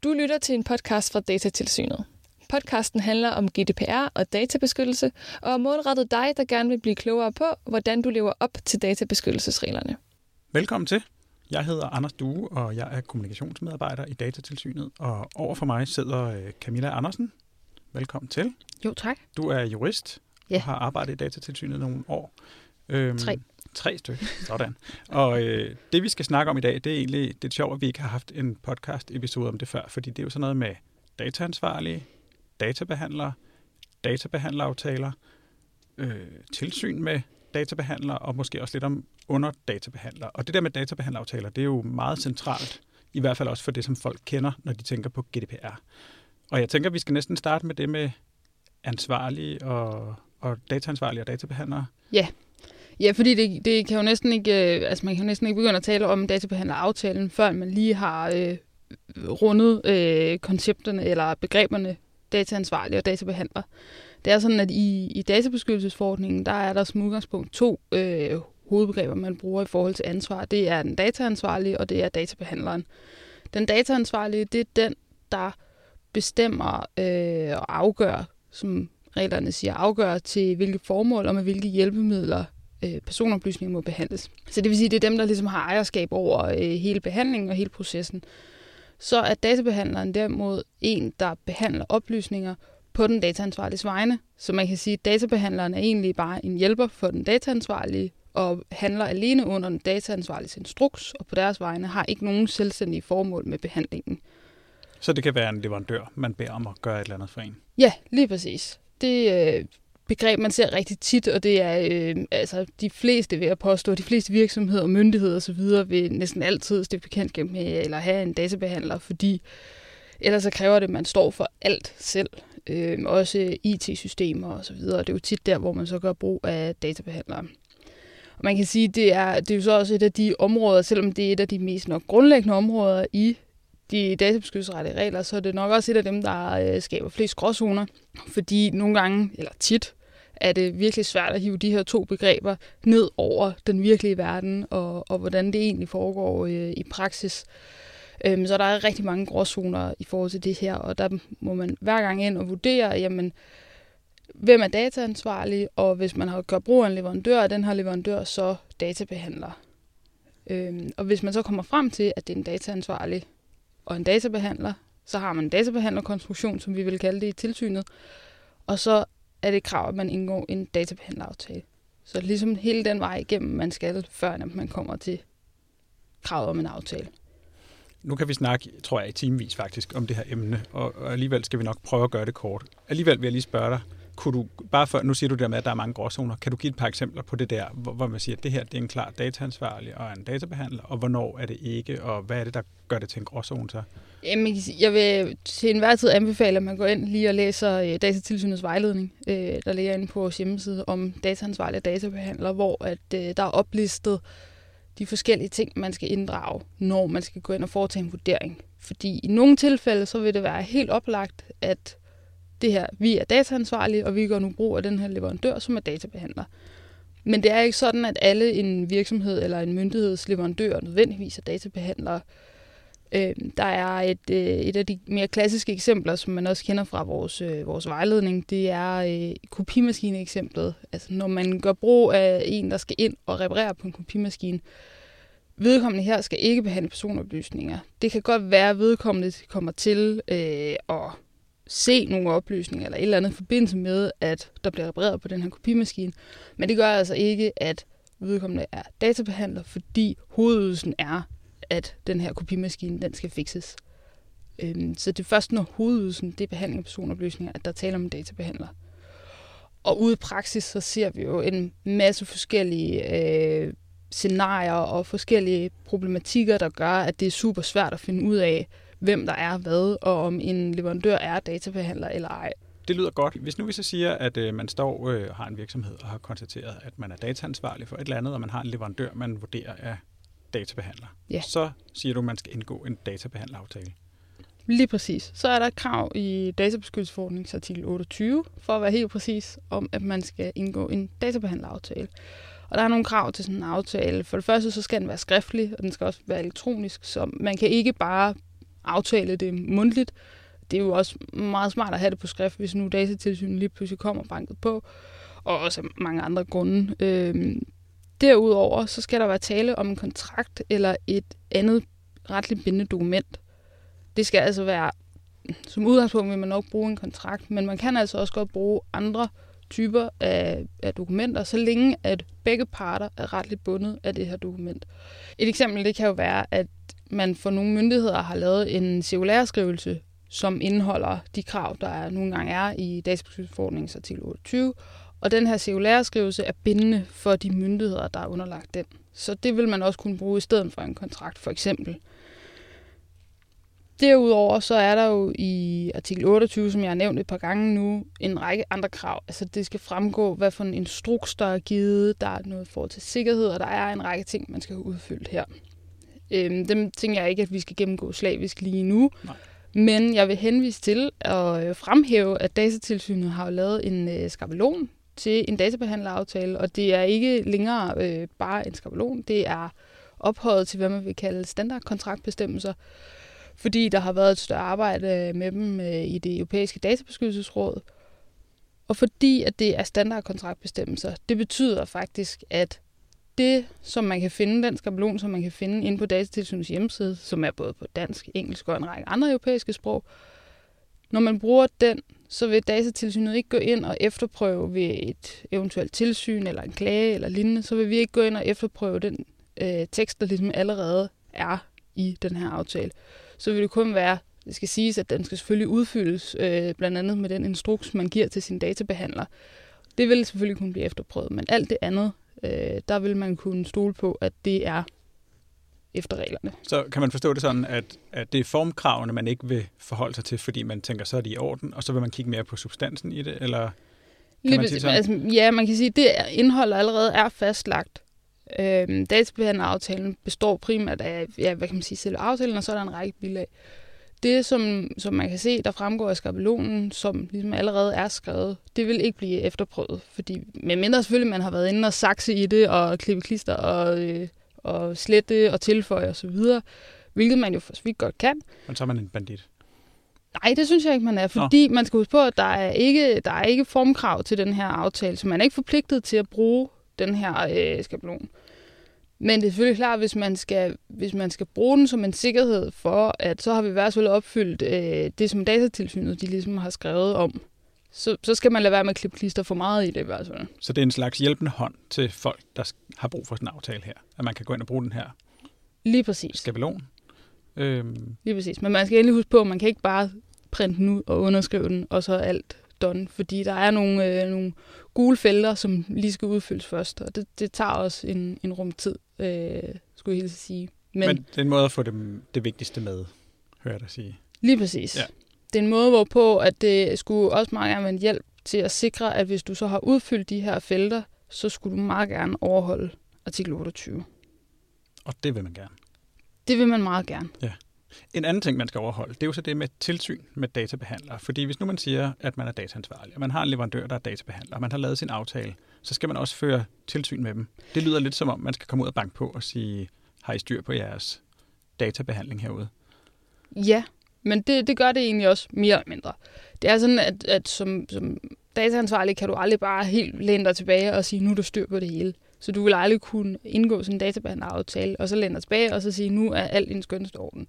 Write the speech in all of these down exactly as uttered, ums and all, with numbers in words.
Du lytter til en podcast fra Datatilsynet. Podcasten handler om G D P R og databeskyttelse, og er målrettet dig, der gerne vil blive klogere på, hvordan du lever op til databeskyttelsesreglerne. Velkommen til. Jeg hedder Anders Due, og jeg er kommunikationsmedarbejder i Datatilsynet, og over for mig sidder Camilla Andersen. Velkommen til. Jo, tak. Du er jurist ja. og har arbejdet i Datatilsynet nogle år. Øhm, Tre. Tre stykker, sådan. Og øh, det, vi skal snakke om i dag, det er egentlig det er sjovt, at vi ikke har haft en podcast-episode om det før, fordi det er jo sådan noget med dataansvarlige, databehandlere, databehandleraftaler, øh, tilsyn med databehandlere og måske også lidt om underdatabehandlere. Og det der med databehandleraftaler, det er jo meget centralt, i hvert fald også for det, som folk kender, når de tænker på G D P R. Og jeg tænker, at vi skal næsten starte med det med ansvarlige og, og dataansvarlige og databehandlere. Ja. Ja, fordi det, det kan jo næsten ikke, altså man kan jo næsten ikke begynde at tale om databehandleraftalen, før man lige har øh, rundet øh, koncepterne eller begreberne dataansvarlige og databehandler. Det er sådan, at i, i databeskyttelsesforordningen, der er der som udgangspunkt to øh, hovedbegreber, man bruger i forhold til ansvar. Det er den dataansvarlige, og det er databehandleren. Den dataansvarlige, det er den, der bestemmer øh, og afgør, som reglerne siger, afgør til hvilke formål og med hvilke hjælpemidler personoplysninger må behandles. Så det vil sige, at det er dem, der ligesom har ejerskab over øh, hele behandlingen og hele processen. Så er databehandleren derimod en, der behandler oplysninger på den dataansvarliges vegne. Så man kan sige, at databehandleren er egentlig bare en hjælper for den dataansvarlige og handler alene under den dataansvarliges instruks, og på deres vegne har ikke nogen selvstændige formål med behandlingen. Så det kan være en leverandør, man beder om at gøre et eller andet for en? Ja, lige præcis. Det øh, begreb, man ser rigtig tit, og det er øh, altså de fleste, vil jeg påstå, de fleste virksomheder og myndigheder osv. vil næsten altid stifte bekendtskab med eller have en databehandler, fordi ellers så kræver det, at man står for alt selv, øh, også I T-systemer osv. Det er jo tit der, hvor man så gør brug af databehandlere. Og man kan sige, det er det er jo så også et af de områder, selvom det er et af de mest nok grundlæggende områder i de databeskyttelsesretlige regler, så er det nok også et af dem, der øh, skaber flest gråzoner, fordi nogle gange, eller tit, er det virkelig svært at hive de her to begreber ned over den virkelige verden, og, og hvordan det egentlig foregår øh, i praksis. Øhm, så der er rigtig mange gråzoner i forhold til det her, og der må man hver gang ind og vurdere, jamen, hvem er dataansvarlig, og hvis man har gjort brug af en leverandør, er den her leverandør så databehandler. Øhm, og hvis man så kommer frem til, at det er en dataansvarlig og en databehandler, så har man en databehandlerkonstruktion, som vi vil kalde det i tilsynet, og så er det krav, at man indgår en databehandleraftale. Så ligesom hele den vej igennem, man skal, før man kommer til kravet om en aftale. Nu kan vi snakke, tror jeg, i timevis faktisk om det her emne, og, og alligevel skal vi nok prøve at gøre det kort. Alligevel vil jeg lige spørge dig, kunne du, bare for, nu siger du der med, at der er mange gråzoner, kan du give et par eksempler på det der, hvor, hvor man siger, at det her det er en klar dataansvarlig og en databehandler, og hvornår er det ikke, og hvad er det, der gør det til en gråzone så? Jamen, jeg vil til enhver tid anbefale, at man går ind lige og læser Datatilsynets vejledning, der ligger inde på vores hjemmeside om dataansvarlige og databehandler, hvor at, der er oplistet de forskellige ting, man skal inddrage, når man skal gå ind og foretage en vurdering. Fordi i nogle tilfælde, så vil det være helt oplagt, at det her, vi er dataansvarlige, og vi gør nu brug af den her leverandør, som er databehandler. Men det er ikke sådan, at alle en virksomhed eller en myndighedsleverandør nødvendigvis er databehandlere. Øh, der er et, øh, et af de mere klassiske eksempler, som man også kender fra vores, øh, vores vejledning, det er øh, kopimaskine-eksemplet. Altså når man gør brug af en, der skal ind og reparere på en kopimaskine, vedkommende her skal ikke behandle personoplysninger. Det kan godt være, at vedkommende kommer til øh, at se nogle oplysninger eller et eller andet i forbindelse med, at der bliver repareret på den her kopimaskine. Men det gør altså ikke, at vedkommende er databehandler, fordi hovedydelsen er, at den her kopimaskine, den skal fikses. Øhm, så det er først, når hovedydelsen, det er behandling af personoplysninger, at der taler om en databehandler. Og ude i praksis, så ser vi jo en masse forskellige øh, scenarier og forskellige problematikker, der gør, at det er super svært at finde ud af, hvem der er hvad, og om en leverandør er databehandler eller ej. Det lyder godt. Hvis nu vi så siger, at øh, man står og øh, har en virksomhed og har konstateret, at man er dataansvarlig for et eller andet, og man har en leverandør, man vurderer er databehandler, ja. Så siger du, at man skal indgå en databehandleraftale. Lige præcis. Så er der et krav i databeskyttelsesforordningens artikel otteogtyve, for at være helt præcis, om at man skal indgå en databehandleraftale. Og der er nogle krav til sådan en aftale. For det første, så skal den være skriftlig, og den skal også være elektronisk, så man kan ikke bare aftale det mundtligt. Det er jo også meget smart at have det på skrift, hvis nu Datatilsynet lige pludselig kommer banket på, og også mange andre grunde. Øhm, derudover så skal der være tale om en kontrakt eller et andet retligt bindende dokument. Det skal altså være, som udgangspunkt vil man nok bruge en kontrakt, men man kan altså også godt bruge andre typer af, af dokumenter, så længe at begge parter er retligt bundet af det her dokument. Et eksempel det kan jo være, at man for nogle myndigheder har lavet en cirkulæreskrivelse, som indeholder de krav, der er, nogle gange er i databeskyttelsesforordningens artikel otteogtyve, og den her cirkulæreskrivelse er bindende for de myndigheder, der er underlagt den. Så det vil man også kunne bruge i stedet for en kontrakt, for eksempel. Derudover så er der jo i artikel otteogtyve, som jeg har nævnt et par gange nu, en række andre krav. Altså det skal fremgå, hvad for en instruks, der er givet, der er noget forhold til sikkerhed, og der er en række ting, man skal have udfyldt her. Øhm, dem tænker jeg ikke, at vi skal gennemgå slavisk lige nu. Nej. Men jeg vil henvise til at fremhæve, at Datatilsynet har lavet en øh, skabelon til en databehandleraftale, og det er ikke længere øh, bare en skabelon, det er ophøjet til, hvad man vil kalde standardkontraktbestemmelser, fordi der har været et større arbejde med dem øh, i det europæiske databeskyttelsesråd, og fordi at det er standardkontraktbestemmelser, det betyder faktisk, at det, som man kan finde, den skabelon, som man kan finde inde på Datatilsynets hjemmeside, som er både på dansk, engelsk og en række andre europæiske sprog, når man bruger den, så vil Datatilsynet ikke gå ind og efterprøve ved et eventuelt tilsyn eller en klage eller lignende, så vil vi ikke gå ind og efterprøve den øh, tekst, der ligesom allerede er i den her aftale. Så vil det kun være, det skal siges, at den skal selvfølgelig udfyldes, øh, blandt andet med den instruks, man giver til sin databehandler. Det vil selvfølgelig kunne blive efterprøvet, men alt det andet, øh, der vil man kunne stole på, at det er efter reglerne. Så kan man forstå det sådan, at, at det er formkravene, man ikke vil forholde sig til, fordi man tænker, så er de i orden, og så vil man kigge mere på substansen i det, eller kan man sige sådan? Altså, ja, man kan sige, at det indhold allerede er fastlagt. Øhm, databehandleraftalen består primært af, ja, hvad kan man sige, selve aftalen, og så er der en række bilag. Det, som, som man kan se, der fremgår af skabelonen, som ligesom allerede er skrevet, det vil ikke blive efterprøvet, fordi medmindre selvfølgelig man har været inde og sakse i det, og klippe klister, og, øh, og slette og tilføje osv., hvilket man jo for så vidt godt kan. Men så er man en bandit. Nej, det synes jeg ikke, man er, fordi Nå. man skal huske på, at der er, ikke, der er ikke formkrav til den her aftale, så man er ikke forpligtet til at bruge den her øh, skabelon. Men det er selvfølgelig klart, hvis man skal, hvis man skal bruge den som en sikkerhed for, at så har vi i hvert fald opfyldt øh, det, som Datatilsynet de ligesom har skrevet om, så, så skal man lade være med at klippe klister for meget i det i hvert fald. Så det er en slags hjælpende hånd til folk, der har brug for sådan en aftale her, at man kan gå ind og bruge den her Lige præcis. skabelon. Øhm. Lige præcis. Men man skal endelig huske på, at man kan ikke bare printe den ud og underskrive den, og så er alt done, fordi der er nogle, øh, nogle gule felter, som lige skal udfyldes først, og det, det tager også en, en rum tid, øh, skulle jeg helt sige. Men, Men det er en måde at få det, det vigtigste med, hører jeg dig sige. Lige præcis. Ja. Det er en måde, hvorpå at det skulle også meget gerne være en hjælp til at sikre, at hvis du så har udfyldt de her felter, så skulle du meget gerne overholde artikel otteogtyve. Og det vil man gerne. Det vil man meget gerne. Ja. En anden ting, man skal overholde, det er jo så det med tilsyn med databehandlere. Fordi hvis nu man siger, at man er dataansvarlig, og man har en leverandør, der er databehandler, og man har lavet sin aftale, så skal man også føre tilsyn med dem. Det lyder lidt som om, man skal komme ud og banke på og sige, har I styr på jeres databehandling herude? Ja, men det, det gør det egentlig også mere eller mindre. Det er sådan, at, at som, som dataansvarlig kan du aldrig bare helt læne dig tilbage og sige, nu er du styr på det hele. Så du vil aldrig kunne indgå sådan en databehandleraftale, og så læne dig tilbage og så sige, nu er alt i den skønneste orden.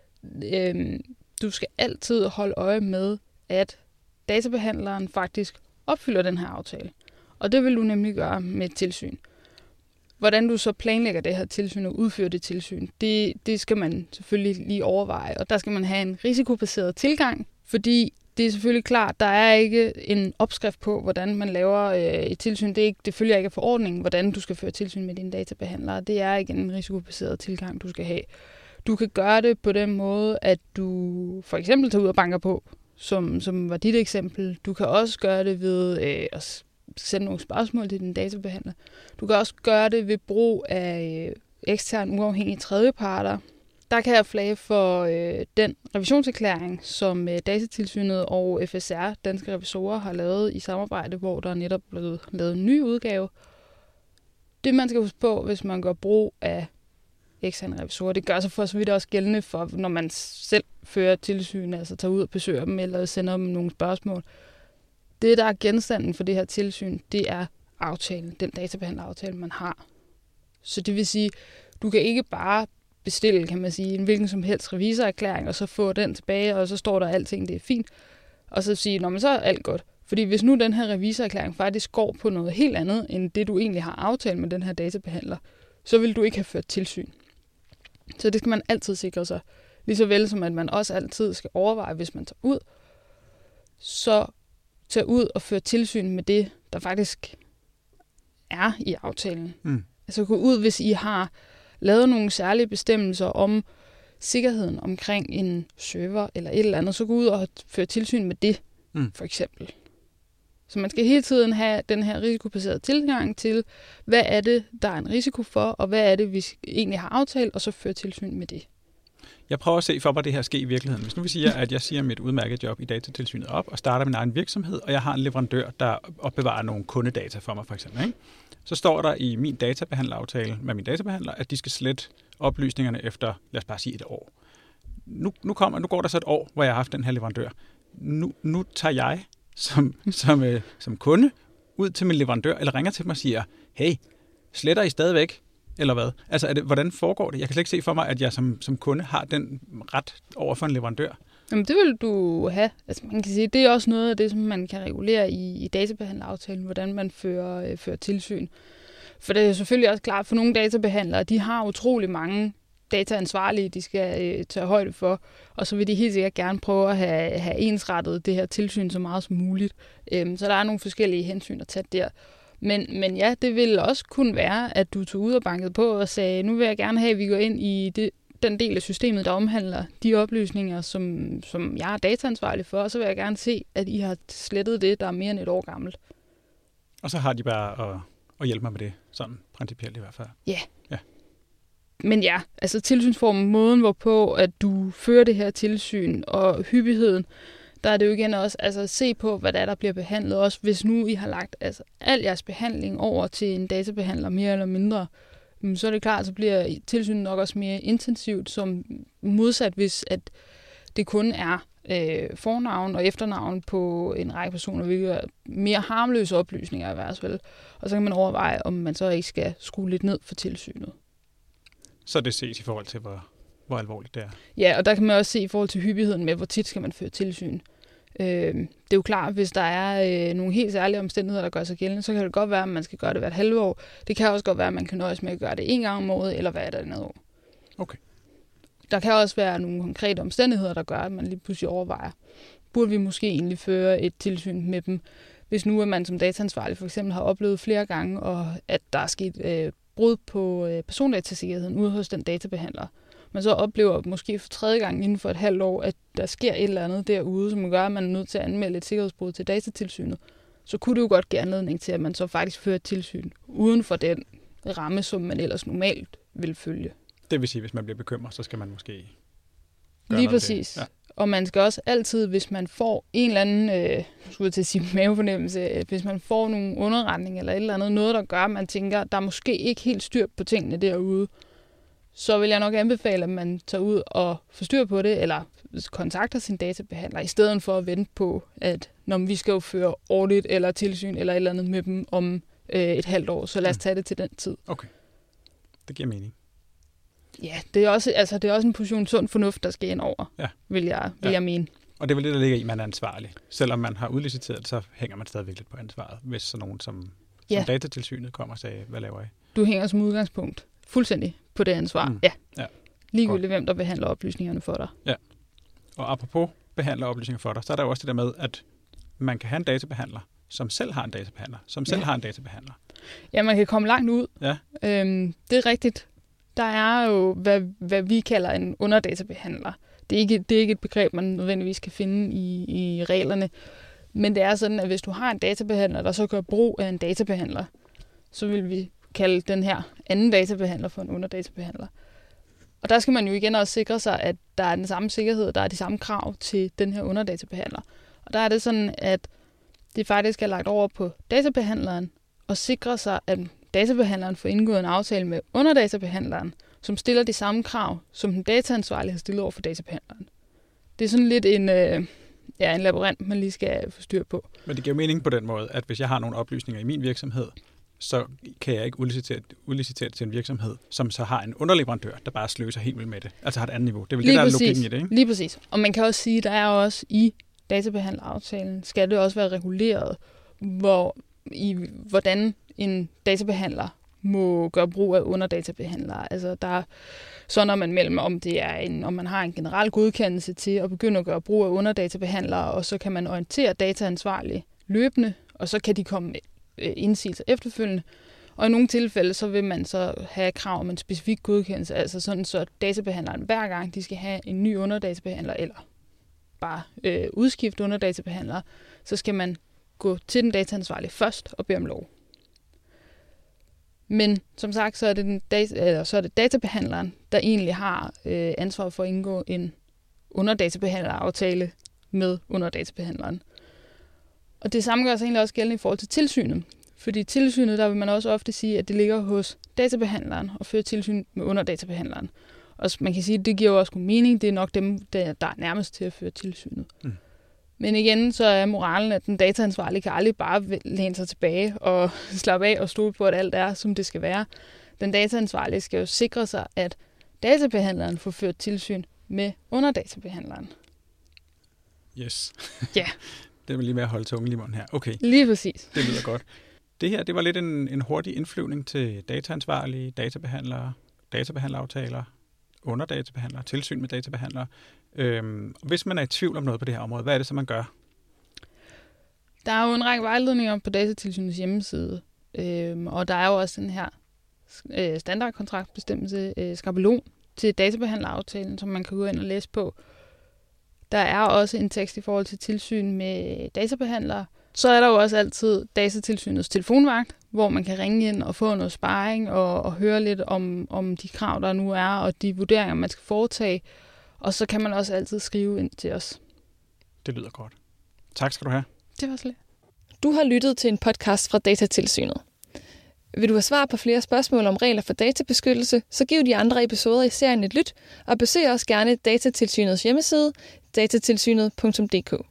Øhm, du skal altid holde øje med, at databehandleren faktisk opfylder den her aftale. Og det vil du nemlig gøre med et tilsyn. Hvordan du så planlægger det her tilsyn og udfører det tilsyn, det, det skal man selvfølgelig lige overveje. Og der skal man have en risikobaseret tilgang, fordi det er selvfølgelig klart, der er ikke en opskrift på, hvordan man laver øh, et tilsyn. Det, er ikke, det følger ikke af forordningen, hvordan du skal føre tilsyn med dine databehandlere. Det er ikke en risikobaseret tilgang, du skal have. Du kan gøre det på den måde, at du for eksempel tager ud og banker på, som, som var dit eksempel. Du kan også gøre det ved øh, at sende nogle spørgsmål til din databehandler. Du kan også gøre det ved brug af øh, ekstern uafhængige tredjeparter. Der kan jeg flage for øh, den revisionserklæring, som øh, Datatilsynet og F S R, Danske Revisorer, har lavet i samarbejde, hvor der er netop blevet lavet en ny udgave. Det man skal huske på, hvis man gør brug af eksterne revisorer. Det gør sig for så vidt også gældende for, når man selv fører tilsyn, altså tager ud og besøger dem, eller sender dem nogle spørgsmål. Det, der er genstanden for det her tilsyn, det er aftalen, den databehandleraftale, man har. Så det vil sige, du kan ikke bare bestille, kan man sige, en hvilken som helst revisorerklæring, og så få den tilbage, og så står der alting, det er fint, og så sige, nå, men så er alt godt. Fordi hvis nu den her revisorerklæring faktisk går på noget helt andet, end det du egentlig har aftalt med den her databehandler, så vil du ikke have ført tilsyn. Så det skal man altid sikre sig. Lige så vel som at man også altid skal overveje, hvis man tager ud, så tage ud og føre tilsyn med det, der faktisk er i aftalen. Mm. Altså gå ud, hvis I har lavet nogle særlige bestemmelser om sikkerheden omkring en server eller et eller andet, så gå ud og føre tilsyn med det, mm. for eksempel. Så man skal hele tiden have den her risikobaserede tilgang til, hvad er det, der er en risiko for, og hvad er det, vi egentlig har aftalt, og så føre tilsyn med det. Jeg prøver at se for, hvad det her sker i virkeligheden. Hvis nu vi siger, at jeg siger mit udmærket job i Datatilsynet op, og starter min egen virksomhed, og jeg har en leverandør, der opbevarer nogle kundedata for mig, for eksempel, ikke? Så står der i min databehandleraftale med min databehandler, at de skal slette oplysningerne efter, lad os bare sige, et år. Nu, nu, kommer, nu går der så et år, hvor jeg har haft den her leverandør. Nu, nu tager jeg som, som, øh, som kunde ud til min leverandør, eller ringer til dem og siger, hey, sletter I stadigvæk? Eller hvad? Altså, er det, hvordan foregår det? Jeg kan slet ikke se for mig, at jeg som, som kunde har den ret over for en leverandør. Jamen, det vil du have. Altså, man kan sige, det er også noget af det, som man kan regulere i, i databehandleraftalen, hvordan man fører, øh, fører tilsyn. For det er selvfølgelig også klart, for nogle databehandlere, de har utrolig mange dataansvarlige, de skal øh, tage højde for, og så vil de helt sikkert gerne prøve at have, have ensrettet det her tilsyn så meget som muligt. Øhm, så der er nogle forskellige hensyn at tage der. Men, men ja, det vil også kunne være, at du tog ud og bankede på og sagde, nu vil jeg gerne have, at vi går ind i det, den del af systemet, der omhandler de oplysninger, som, som jeg er dataansvarlig for, og så vil jeg gerne se, at I har slettet det, der er mere end et år gammelt. Og så har de bare at, at hjælpe mig med det, sådan principielt i hvert fald. Ja. ja. Men ja, altså tilsynsformen, måden hvorpå, at du fører det her tilsyn, og hyppigheden, der er det jo igen også altså, at se på, hvad der, er, der bliver behandlet. Også hvis nu I har lagt altså, al jeres behandling over til en databehandler mere eller mindre, så er det klart, så bliver tilsynet nok også mere intensivt, som modsat hvis at det kun er øh, fornavn og efternavn på en række personer, hvilket er mere harmløse oplysninger i hvert fald. Og så kan man overveje, om man så ikke skal skrue lidt ned for tilsynet. Så det ses i forhold til, hvor, hvor alvorligt det er? Ja, og der kan man også se i forhold til hyppigheden med, hvor tit skal man føre tilsyn. Øh, det er jo klart, hvis der er øh, nogle helt særlige omstændigheder, der gør sig gældende, så kan det godt være, at man skal gøre det hvert halve år. Det kan også godt være, at man kan nøjes med at gøre det en gang om året, eller hvert andet år. Okay. Der kan også være nogle konkrete omstændigheder, der gør, at man lige pludselig overvejer, burde vi måske egentlig føre et tilsyn med dem, hvis nu at man som dataansvarlig for eksempel har oplevet flere gange, og at der er sket øh, brud på øh, persondatasikkerheden ude hos den databehandler. Man så oplever måske for tredje gang inden for et halvt år, at der sker et eller andet derude, som gør, at man er nødt til at anmelde et sikkerhedsbrud til Datatilsynet. Så kunne det jo godt give anledning til, at man så faktisk fører et tilsyn uden for den ramme, som man ellers normalt vil følge. Det vil sige, hvis man bliver bekymret, så skal man måske gøre Lige noget præcis. Ja. Og man skal også altid, hvis man får en eller anden, øh, skulle jeg til at sige mavefornemmelse, hvis man får nogle underretning eller et eller andet, noget der gør, at man tænker, der er måske ikke helt styr på tingene derude, så vil jeg nok anbefale, at man tager ud og får styr på det, eller kontakter sin databehandler, i stedet for at vente på, at når vi skal jo føre audit eller tilsyn eller et eller andet med dem om øh, et halvt år, så lad os tage det til den tid. Okay, det giver mening. Ja, det er også, altså, det er også en portion sund fornuft, der skal ind over, ja. vil, jeg, vil ja. jeg mene. Og det er vel det, der ligger i, at man er ansvarlig. Selvom man har udliciteret, så hænger man stadigvæk lidt på ansvaret, hvis så nogen som, ja. som Datatilsynet kommer og siger, hvad laver I? Du hænger som udgangspunkt fuldstændig på det ansvar. Mm. Ja. ja. Ligegyldigt, hvem der behandler oplysningerne for dig. Ja. Og apropos behandler oplysninger for dig, så er der jo også det der med, at man kan have en databehandler, som selv har en databehandler, som selv ja. har en databehandler. Ja, man kan komme langt ud. Ja. Øhm, det er rigtigt. Der er jo, hvad, hvad vi kalder en underdatabehandler. Det er, ikke, det er ikke et begreb, man nødvendigvis kan finde i, i reglerne. Men det er sådan, at hvis du har en databehandler, der så gør brug af en databehandler, så vil vi kalde den her anden databehandler for en underdatabehandler. Og der skal man jo igen også sikre sig, at der er den samme sikkerhed, der er de samme krav til den her underdatabehandler. Og der er det sådan, at det faktisk er lagt over på databehandleren og sikre sig, at databehandleren får indgået en aftale med underdatabehandleren, som stiller de samme krav, som den dataansvarlige har stillet over for databehandleren. Det er sådan lidt en, øh, ja, en labyrint, man lige skal få styr på. Men det giver mening på den måde, at hvis jeg har nogle oplysninger i min virksomhed, så kan jeg ikke udlicitere, udlicitere til en virksomhed, som så har en underleverandør, der bare sløser helt vildt med det. Altså har et andet niveau. Det er vel lige det, der præcis. er logikken i det, ikke? Lige præcis. Og man kan også sige, at der er også i databehandleraftalen, skal det også være reguleret, hvor, i, hvordan en databehandler må gøre brug af underdatabehandlere. Altså der er så når man mellem, om det er en, om man har en generel godkendelse til at begynde at gøre brug af underdatabehandlere, og så kan man orientere dataansvarlige løbende, og så kan de komme med indsigelser efterfølgende. Og i nogle tilfælde, så vil man så have krav om en specifik godkendelse, altså sådan så databehandleren hver gang, de skal have en ny underdatabehandler, eller bare øh, udskifte underdatabehandlere, så skal man gå til den dataansvarlige først og bede om lov. Men som sagt, så er det, den data, eller så er det databehandleren, der egentlig har øh, ansvar for at indgå en underdatabehandleraftale med underdatabehandleren. Og det samme gør sig egentlig også gældende i forhold til tilsynet. Fordi tilsynet, der vil man også ofte sige, at det ligger hos databehandleren og fører tilsyn med underdatabehandleren. Og man kan sige, at det giver jo også god mening. Det er nok dem, der er nærmest til at føre tilsynet. Mm. Men igen, så er moralen, at den dataansvarlige kan aldrig bare læne sig tilbage og slappe af og stole på, at alt er, som det skal være. Den dataansvarlige skal jo sikre sig, at databehandleren får ført tilsyn med underdatabehandleren. Yes. Ja. Det vil lige med at holde tungen i munden her. Okay. Lige præcis. Det lyder godt. Det her, det var lidt en, en hurtig indflyvning til dataansvarlige, databehandlere, databehandleraftaler, underdatabehandlere, tilsyn med databehandlere. Øhm, hvis man er i tvivl om noget på det her område, hvad er det så, man gør? Der er jo en række vejledninger på Datatilsynets hjemmeside, øhm, og der er jo også den her øh, standardkontraktbestemmelse, øh, skabelon til databehandleraftalen, som man kan gå ind og læse på. Der er også en tekst i forhold til tilsyn med databehandlere. Så er der jo også altid Datatilsynets telefonvagt, hvor man kan ringe ind og få noget sparring og, og høre lidt om, om de krav, der nu er, og de vurderinger, man skal foretage. Og så kan man også altid skrive ind til os. Det lyder godt. Tak skal du have. Det var slet. Du har lyttet til en podcast fra Datatilsynet. Vil du have svar på flere spørgsmål om regler for databeskyttelse, så giv de andre episoder i serien et lyt, og besøg også gerne Datatilsynets hjemmeside, datatilsynet punktum d k.